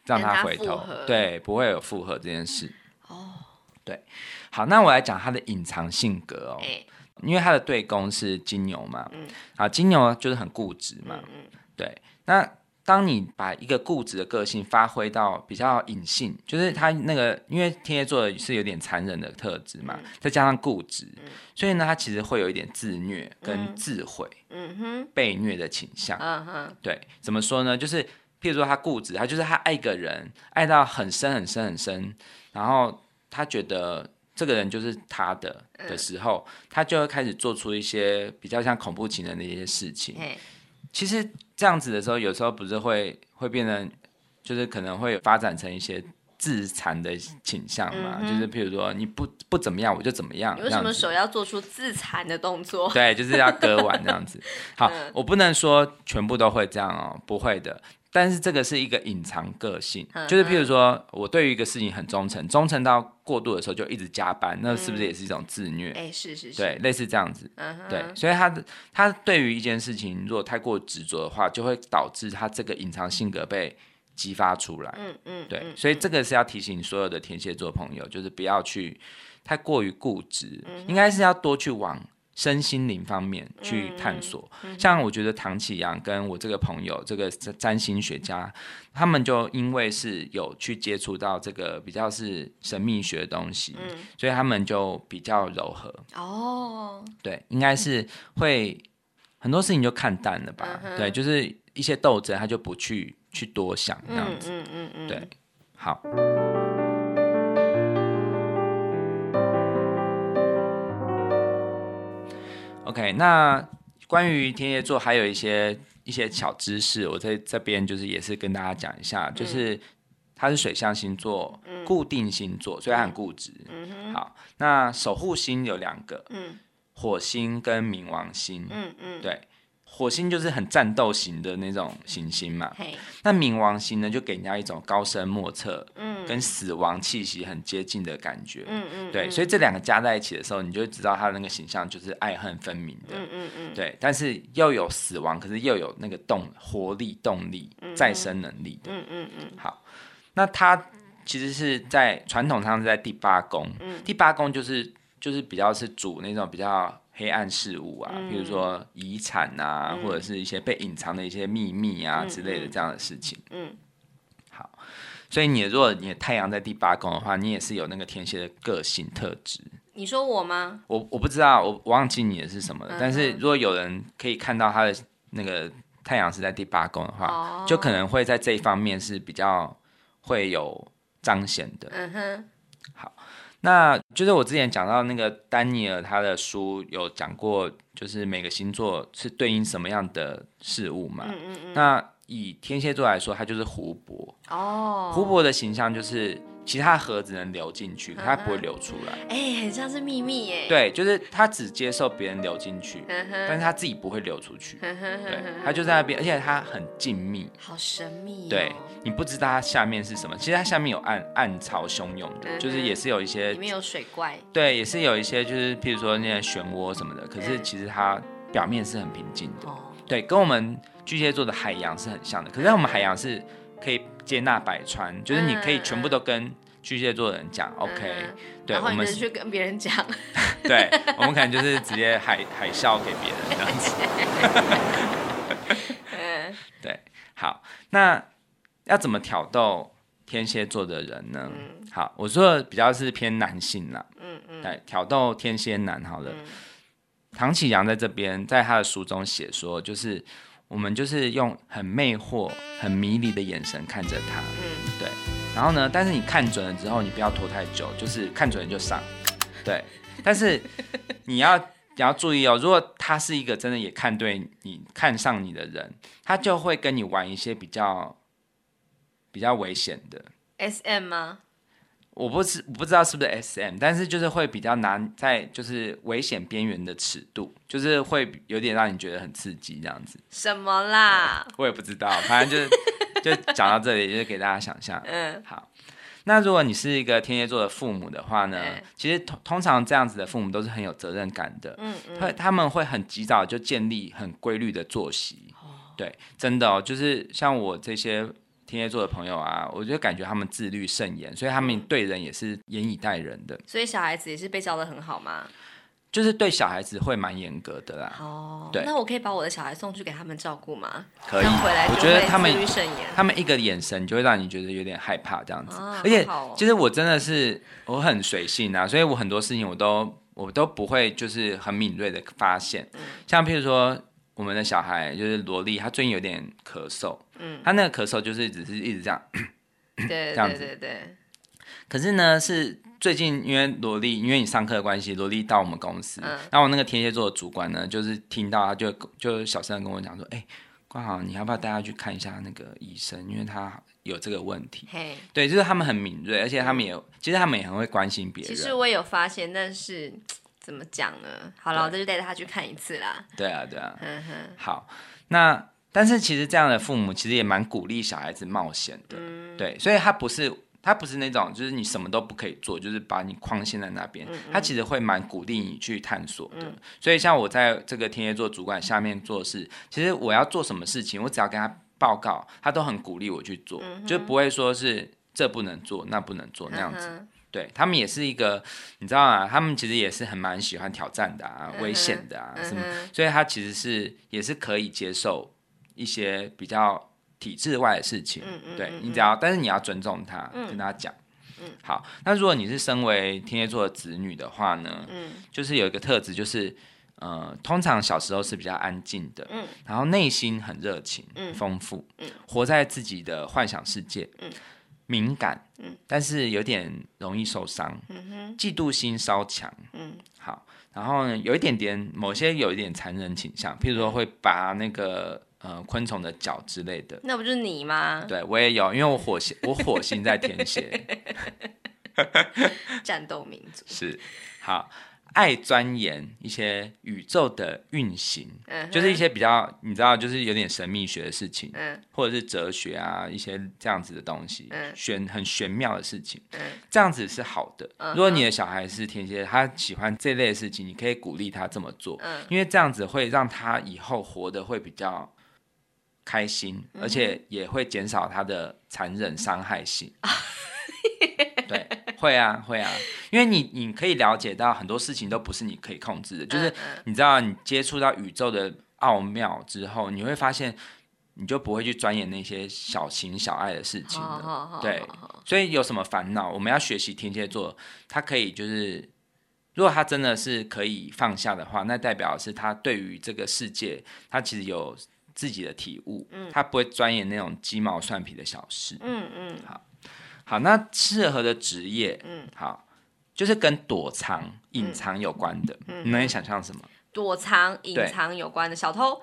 Speaker 1: 让他回头，对，不会有复合这件事。哦，对，好，那我来讲他的隐藏性格哦，欸、因为他的对宫是金牛嘛，嗯，啊，金牛就是很固执嘛，嗯嗯，对，那当你把一个固执的个性发挥到比较隐性，就是他那个，因为天蝎座是有点残忍的特质嘛，嗯、再加上固执，嗯、所以呢，他其实会有一点自虐跟自毁、嗯哼，被虐的倾向。嗯哼，对，怎么说呢？就是譬如说他固执，他就是他爱一个人，爱到很深很深很深，然后他觉得这个人就是他的的时候，嗯、他就会开始做出一些比较像恐怖情人的一些事情。其实这样子的时候，有时候不是会会变成，就是可能会发展成一些自残的倾向嘛，嗯、就是譬如说你不不怎么样，我就怎么样。
Speaker 2: 你为什么手要做出自残的动作？
Speaker 1: 对，就是要割腕这样子。好，嗯、我不能说全部都会这样哦，不会的。但是这个是一个隐藏个性，嗯、就是譬如说我对于一个事情很忠诚，忠诚到过度的时候就一直加班，那是不是也是一种自虐？哎、
Speaker 2: 嗯，是是是，
Speaker 1: 对，类似这样子。嗯、对，所以他他对于一件事情如果太过执着的话，就会导致他这个隐藏性格被激发出来。嗯嗯，对，嗯、所以这个是要提醒所有的天蝎座朋友，就是不要去太过于固执，嗯、应该是要多去往身心灵方面去探索。嗯嗯、像我觉得唐启阳跟我这个朋友这个占星学家，他们就因为是有去接触到这个比较是神秘学的东西，嗯、所以他们就比较柔和。哦，对，应该是会很多事情就看淡了吧。嗯、对，就是一些斗争他就不去去多想这样子。嗯嗯嗯、对，好。OK， 那关于天蝎座还有一些一些小知识，我在这边就是也是跟大家讲一下，嗯、就是它是水象星座，嗯、固定星座，所以它很固执。嗯、好，那守护星有两个，嗯、火星跟冥王星。嗯嗯，对。火星就是很战斗型的那种行星嘛，那冥王星呢就给人家一种高深莫测，嗯、跟死亡气息很接近的感觉，嗯嗯，对，所以这两个加在一起的时候，你就会知道他的那个形象就是爱恨分明的，嗯嗯嗯，对，但是又有死亡，可是又有那个动活力、动力、嗯、再生能力的，嗯嗯嗯，好，那他其实是在传统上是在第八宫，嗯、第八宫就是就是比较是主那种比较黑暗事物啊，嗯、比如说遗产啊，嗯、或者是一些被隐藏的一些秘密啊、嗯、之类的这样的事情。嗯，好，所以你如果你的太阳在第八宫的话，你也是有那个天蝎的个性特质。
Speaker 2: 你说我吗？
Speaker 1: 我我不知道，我忘记你的是什么了。嗯、但是如果有人可以看到他的那个太阳是在第八宫的话，哦、就可能会在这一方面是比较会有彰显的。嗯哼，好。那就是我之前讲到那个丹尼尔他的书有讲过，就是每个星座是对应什么样的事物嘛。嗯嗯嗯，那以天蝎座来说，它就是湖泊。哦，湖泊的形象就是其他盒子能流进去，可它不会流出来。
Speaker 2: 哎、欸，很像是秘密耶。
Speaker 1: 对，就是他只接受别人流进去，但是他自己不会流出去。对，他就在那边，而且他很静谧，
Speaker 2: 好神秘、哦。
Speaker 1: 对，你不知道它下面是什么，其实它下面有暗暗潮汹涌的，嗯、就是也是有一些
Speaker 2: 里面有水怪。对，
Speaker 1: 也是有一些就是譬如说那些漩涡什么的，可是其实它表面是很平静的。哦、对，跟我们巨蟹座的海洋是很像的，可是我们海洋是可以接纳百川，嗯、就是你可以全部都跟巨蟹座的人讲、嗯、OK， 对，
Speaker 2: 然后你就去跟别人讲，
Speaker 1: 对，我们可能就是直接海海啸给别人这样子。嗯、对，好，那要怎么挑逗天蝎座的人呢？嗯、好，我说的比较是偏男性啦，嗯嗯，对，挑逗天蝎男好了。嗯、唐启阳在这边在他的书中写说，就是我们就是用很魅惑、很迷离的眼神看着他，嗯，对。然后呢，但是你看准了之后，你不要拖太久，就是看准了就上，对。但是你要你要注意哦，如果他是一个真的也看对你、看上你的人，他就会跟你玩一些比较比较危险的
Speaker 2: S M 吗？
Speaker 1: 我不知我不知道是不是 S M， 但是就是会比较难在就是危险边缘的尺度，就是会有点让你觉得很刺激这样子。
Speaker 2: 什么啦？
Speaker 1: 我也不知道，反正就是就讲到这里，就是给大家想象。嗯，好。那如果你是一个天蝎座的父母的话呢，嗯、其实通常这样子的父母都是很有责任感的。嗯嗯，他们会很及早就建立很规律的作息。哦、对，真的哦，就是像我这些天蝎座的朋友啊，我就感觉他们自律甚严，所以他们对人也是严以待人的。
Speaker 2: 所以小孩子也是被教得很好吗？
Speaker 1: 就是对小孩子会蛮严格的啦。
Speaker 2: 哦，
Speaker 1: 对，
Speaker 2: 那我可以把我的小孩送去给他们照顾吗？
Speaker 1: 可以，
Speaker 2: 回来就会
Speaker 1: 我觉得他们
Speaker 2: 自律甚严，
Speaker 1: 他们一个眼神就会让你觉得有点害怕这样子。
Speaker 2: 啊、
Speaker 1: 而且，
Speaker 2: 哦、
Speaker 1: 其实我真的是我很随性啊，所以我很多事情我都我都不会就是很敏锐的发现。嗯、像譬如说我们的小孩就是萝莉，他最近有点咳嗽，嗯，他那个咳嗽就是只是一直这样，
Speaker 2: 对
Speaker 1: 这样子，
Speaker 2: 对对对。
Speaker 1: 可是呢，是最近因为萝莉，因为你上课的关系，萝莉到我们公司，嗯、然后我那个天蝎座的主管呢，就是听到他就就小声的跟我讲说，哎、欸，冠豪，你要不要带他去看一下那个医生，因为他有这个问题。Hey. 对，就是他们很敏锐，而且他们也、嗯、其实他们也很会关心别人。
Speaker 2: 其实我也有发现，但是怎么讲呢？好了，我这就带他去看一次啦。
Speaker 1: 对啊，对啊。嗯哼。好，那但是其实这样的父母其实也蛮鼓励小孩子冒险的，嗯、对，所以他不是。他不是那种就是你什么都不可以做，就是把你框限在那边。嗯嗯他其实会蛮鼓励你去探索的。嗯、所以像我在这个天蝎座主管下面做事，其实我要做什么事情，我只要跟他报告，他都很鼓励我去做，嗯、就不会说是这不能做那不能做那样子。嗯、对他们也是一个，你知道啊，他们其实也是很蛮喜欢挑战的啊，嗯、危险的啊、嗯、什么，所以他其实是也是可以接受一些比较。体制外的事情，嗯嗯、对你只要，但是你要尊重他，嗯、跟他讲。嗯、好，那如果你是身为天蝎座的子女的话呢，嗯、就是有一个特质，就是呃，通常小时候是比较安静的，嗯、然后内心很热情、嗯、丰富，嗯、活在自己的幻想世界，嗯、敏感，嗯、但是有点容易受伤，嗯、嫉妒心稍强，嗯、好，然后呢，有一点点某些有一点残忍倾向，譬如说会把那个。呃，昆虫的脚之类的，
Speaker 2: 那不就是你吗？
Speaker 1: 对，我也有，因为我火星，我火星在天蝎，
Speaker 2: 战斗民族
Speaker 1: 是好，爱钻研一些宇宙的运行，嗯、就是一些比较你知道，就是有点神秘学的事情，嗯、或者是哲学啊，一些这样子的东西，嗯、玄很玄妙的事情，嗯、这样子是好的。嗯、如果你的小孩是天蝎，他喜欢这类的事情，你可以鼓励他这么做，嗯、因为这样子会让他以后活得会比较。开心，而且也会减少他的残忍伤害性。对，会啊，会啊，因为你你可以了解到很多事情都不是你可以控制的，就是你知道你接触到宇宙的奥妙之后，你会发现你就不会去钻研那些小情小爱的事情了。对，所以有什么烦恼，我们要学习天蝎座，他可以就是。如果他真的是可以放下的话，那代表是他对于这个世界，他其实有。自己的体悟，嗯、他不会钻研那种鸡毛蒜皮的小事。嗯嗯，好，好，那适合的职业，嗯，好，就是跟躲藏、隐藏有关的。嗯、你能想象什么？
Speaker 2: 躲藏、隐藏有关的小偷？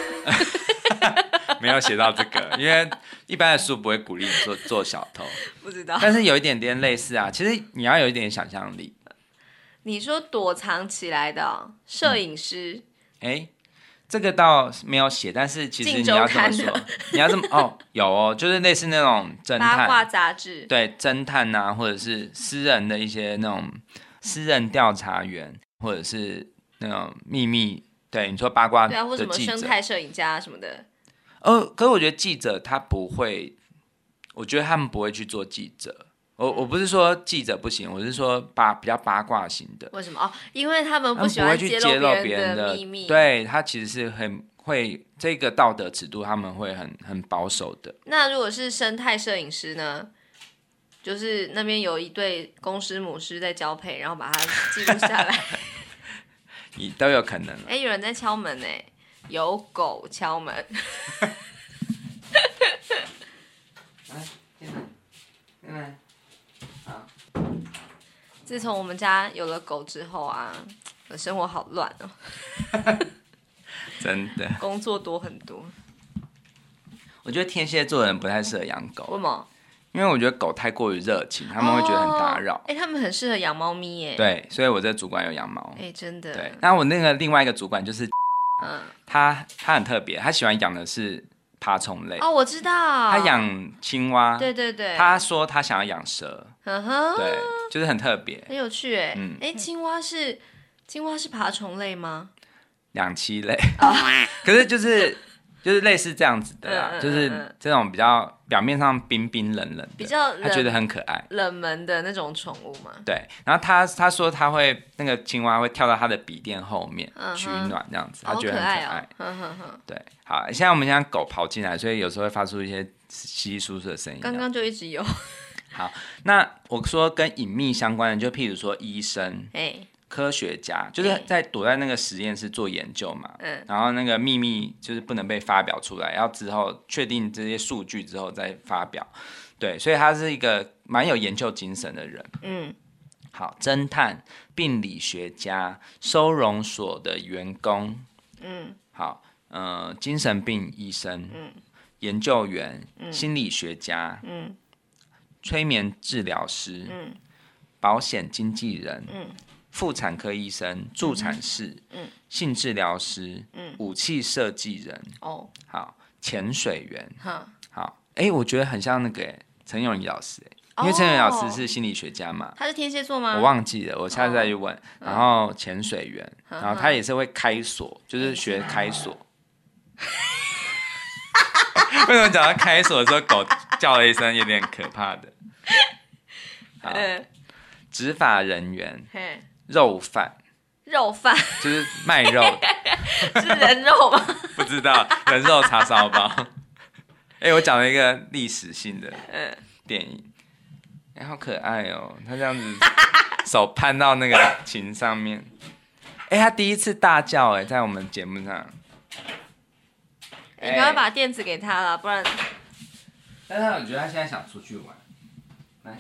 Speaker 1: 没有写到这个，因为一般的书不会鼓励你做做小偷。
Speaker 2: 不知道，
Speaker 1: 但是有一点点类似啊。其实你要有一点想象力。
Speaker 2: 你说躲藏起来的摄影师？
Speaker 1: 哎、嗯。这个倒没有写，但是其实你要这么说，你要这么哦，有哦，就是类似那种侦探
Speaker 2: 八卦杂志，
Speaker 1: 对，侦探啊，或者是私人的一些那种私人调查员，或者是那种秘密，对，你说八卦的记者，
Speaker 2: 对啊，或者什么生态摄影家什么的。
Speaker 1: 呃，可是我觉得记者他不会，我觉得他们不会去做记者。我我不是说记者不行，我是说八比较八卦型的。
Speaker 2: 为什么？哦，因为他们不喜欢揭露别人的秘密。
Speaker 1: 对，他其实是很会这个道德尺度，他们会很很保守的。
Speaker 2: 那如果是生态摄影师呢？就是那边有一对公狮母狮在交配，然后把它记录下来，
Speaker 1: 都有可能。
Speaker 2: 哎，有人在敲门哎，有狗敲门。来，进来，进来。自从我们家有了狗之后啊，我的生活好乱哦。
Speaker 1: 真的，
Speaker 2: 工作多很多。
Speaker 1: 我觉得天蝎座的人不太适合养狗。
Speaker 2: 为什么？
Speaker 1: 因为我觉得狗太过于热情，他们会觉得很打扰。
Speaker 2: 哎、哦欸，他们很适合养猫咪耶。
Speaker 1: 对，所以我这个主管有养猫。
Speaker 2: 哎、欸，真的。
Speaker 1: 对，那我那个另外一个主管就是，嗯，他他很特别，他喜欢养的是爬虫类。
Speaker 2: 哦，我知道。
Speaker 1: 他养青蛙。
Speaker 2: 对对对。
Speaker 1: 他说他想要养蛇。
Speaker 2: 嗯哼。
Speaker 1: 对，就是很特别，
Speaker 2: 很有趣哎。嗯。哎、欸，青蛙是青蛙是爬虫类吗？
Speaker 1: 两栖类。哦、可是就是。就是类似这样子的啦，嗯嗯嗯嗯就是这种比较表面上冰冰冷冷的，
Speaker 2: 比较
Speaker 1: 他觉得很可爱，
Speaker 2: 冷门的那种宠物嘛。
Speaker 1: 对，然后他他说他会那个青蛙会跳到他的笔电后面、嗯、取暖这样子，他觉得很可爱。
Speaker 2: 好可爱哦、呵呵呵
Speaker 1: 对，好，现在我们现在狗跑进来，所以有时候会发出一些稀稀疏疏的声音。
Speaker 2: 刚刚就一直有。
Speaker 1: 好，那我说跟隐秘相关的，就譬如说医生。
Speaker 2: 欸
Speaker 1: 科学家就是在躲在那个实验室做研究嘛，嗯，然后那个秘密就是不能被发表出来，要之后确定这些数据之后再发表，对，所以他是一个蛮有研究精神的人，嗯，好，侦探、病理学家、收容所的员工，嗯，好，呃，精神病医生，嗯，研究员、嗯、心理学家，嗯，催眠治疗师，嗯，保险经纪人，嗯。妇产科医生、助产士、嗯、性治疗师、嗯、武器设计人，哦，好，潜水员，好，哎、欸，我觉得很像那个陈永仪老师，因为陈永仪老师是心理学家嘛，
Speaker 2: 他是天蝎座吗？
Speaker 1: 我忘记了，我下次再去问。哦、然后潜水员，嗯、然后他也是会开锁，就是学开锁。为什么讲到开锁的时候，狗叫了一声，有点可怕的？好，执法人员。肉贩，
Speaker 2: 肉贩
Speaker 1: 就是卖肉
Speaker 2: 的，是人肉吗？
Speaker 1: 不知道，人肉叉烧包。哎、欸，我讲了一个历史性的电影，哎、欸，好可爱哦！他这样子手攀到那个琴上面，哎、欸，他第一次大叫，哎，在我们节目上。
Speaker 2: 你赶快把垫子给他了，不然。
Speaker 1: 但是我觉得他现在想出去玩，来，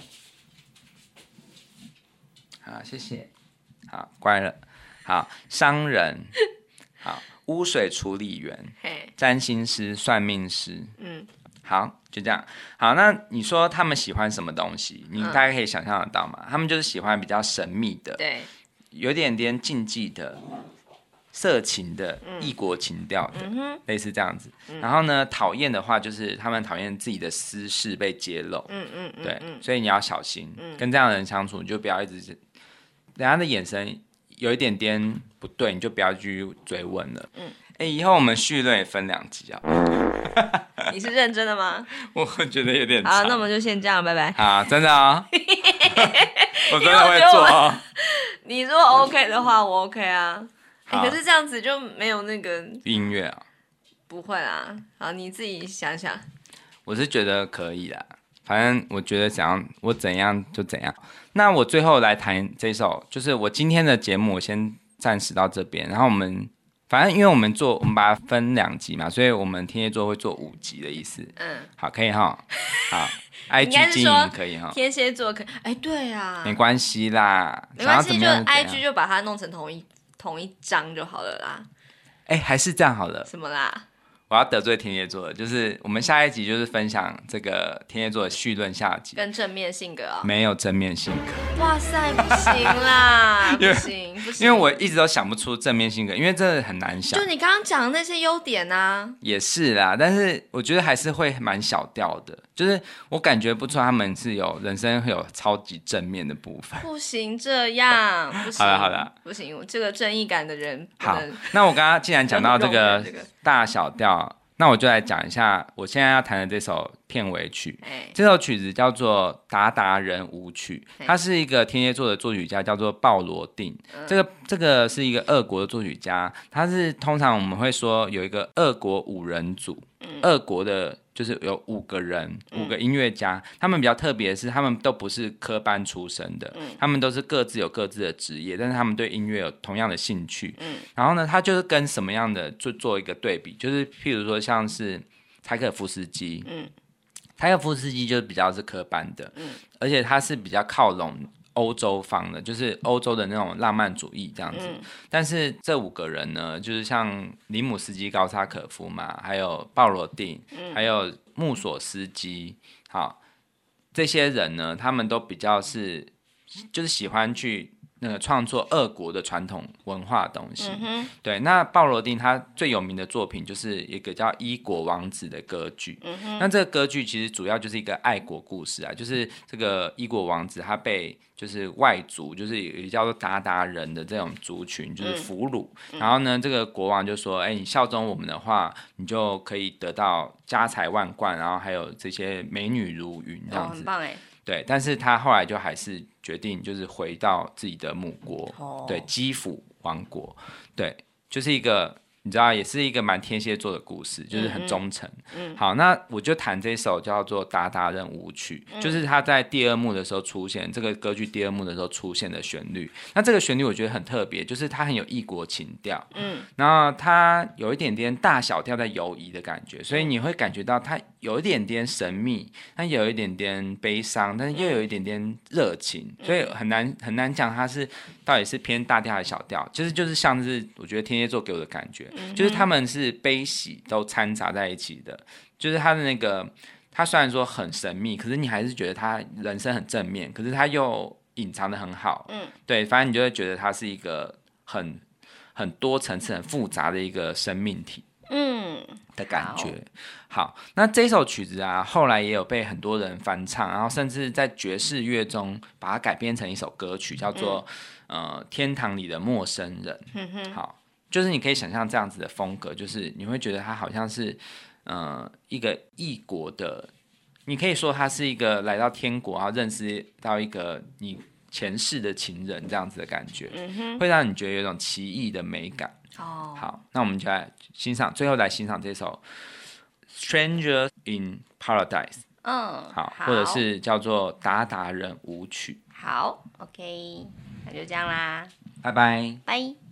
Speaker 1: 好，谢谢。好，乖了。好，商人，好，污水处理员，占星师、算命师，嗯，好，就这样。好，那你说他们喜欢什么东西？你大概可以想象得到吗？嗯、他们就是喜欢比较神秘的，
Speaker 2: 对，
Speaker 1: 有点点禁忌的、色情的、异国情调的，嗯、类似这样子。嗯、然后呢，讨厌的话就是他们讨厌自己的私事被揭露，嗯嗯嗯，对，所以你要小心，嗯、跟这样的人相处，你就不要一直。人家的眼神有一点点不对，你就不要继续追问了。嗯，哎、欸，以后我们序论也分两集啊。
Speaker 2: 你是认真的吗？
Speaker 1: 我觉得有点长。
Speaker 2: 好，那我们就先这样，拜拜。
Speaker 1: 好，真的啊、哦，我真的会做、哦。
Speaker 2: 你如果 OK 的话，我 OK 啊。欸、可是这样子就没有那个
Speaker 1: 音乐啊？
Speaker 2: 不会啦，好，你自己想想。
Speaker 1: 我是觉得可以啦。反正我觉得怎样，我怎样就怎样。那我最后来谈这首，就是我今天的节目，我先暂时到这边。然后我们，反正因为我们做，我们把它分两集嘛，所以我们天蝎座会做五集的意思。嗯，好，可以哈。好 ，I G 经营可以哈。
Speaker 2: 天蝎座可以，哎、欸，对啊，
Speaker 1: 没关系啦，
Speaker 2: 没关系，就 I G 就把它弄成同一同一张就好了啦。
Speaker 1: 哎、欸，还是这样好了。
Speaker 2: 什么啦？
Speaker 1: 我要得罪天蝎座了，就是我们下一集就是分享这个天蝎座的绪论下集，
Speaker 2: 跟正面性格啊、哦，
Speaker 1: 没有正面性格。
Speaker 2: 哇塞，不行啦，不行不行，
Speaker 1: 因为我一直都想不出正面性格，因为真的很难想。
Speaker 2: 就你刚刚讲的那些优点啊，
Speaker 1: 也是啦，但是我觉得还是会蛮小调的，就是我感觉不出来他们是有人生会有超级正面的部分。
Speaker 2: 不行这样，不行，
Speaker 1: 好了好了，
Speaker 2: 不行，我这个正义感的人不
Speaker 1: 能。好，那我刚刚既然讲到这个大小调。那我就来讲一下我现在要弹的这首片尾曲，这首曲子叫做《达达人舞曲》，它是一个天蝎座的作曲家，叫做鲍罗定。这个这个是一个俄国的作曲家，他是通常我们会说有一个俄国五人组，俄国的就是有五个人，五个音乐家，他们比较特别的是，他们都不是科班出身的，他们都是各自有各自的职业，但是他们对音乐有同样的兴趣。然后呢，他就是跟什么样的就做一个对比，就是譬如说像是柴可夫斯基，嗯，柴可夫斯基就是比较是科班的，嗯，而且他是比较靠拢欧洲方的，就是欧洲的那种浪漫主义这样子。嗯、但是这五个人呢，就是像里姆斯基、高沙可夫嘛，还有鲍罗定，嗯、还有穆索斯基，好，这些人呢，他们都比较是就是喜欢去那个创作俄国的传统文化的东西。嗯、对，那鲍罗丁他最有名的作品就是一个叫《伊国王子》的歌剧。嗯、那这个歌剧其实主要就是一个爱国故事啊，就是这个伊国王子他被就是外族，就是也叫做鞑靼人的这种族群就是俘虏、嗯、然后呢这个国王就说，哎，你效忠我们的话，你就可以得到家财万贯，然后还有这些美女如云这样子。哦，
Speaker 2: 很棒哎。
Speaker 1: 对，但是他后来就还是决定就是回到自己的母国，哦、对，基辅王国，对，就是一个你知道，也是一个蛮天蝎座的故事，就是很忠诚。嗯嗯、好，那我就弹这首叫做《鞑靼人舞曲》，嗯、就是他在第二幕的时候出现，这个歌剧第二幕的时候出现的旋律。那这个旋律我觉得很特别，就是它很有异国情调，嗯，然后它有一点点大小调在游移的感觉，所以你会感觉到它有一点点神秘，它有一点点悲伤，但是又有一点点热情，所以很难很难讲它是到底是偏大调还是小调，就是就是像是我觉得天蝎座给我的感觉，嗯、就是他们是悲喜都掺杂在一起的，就是他的那个他虽然说很神秘，可是你还是觉得他人生很正面，可是他又隐藏得很好，嗯，对，反正你就会觉得他是一个很很多层次、很复杂的一个生命体。嗯的感觉。好，好，那这首曲子啊，后来也有被很多人翻唱，然后甚至在爵士乐中把它改编成一首歌曲，叫做、嗯、呃《天堂里的陌生人》。嗯、好，就是你可以想象这样子的风格，就是你会觉得它好像是呃一个异国的，你可以说它是一个来到天国，然后认识到一个你前世的情人这样子的感觉，嗯、会让你觉得有一种奇异的美感。哦，好，那我们就来欣赏，最后来欣赏这首《Stranger in Paradise》。嗯，好，好，或者是叫做《鞑靼人舞曲》。
Speaker 2: 好 ，OK， 那就这样啦，
Speaker 1: 拜拜，
Speaker 2: 拜。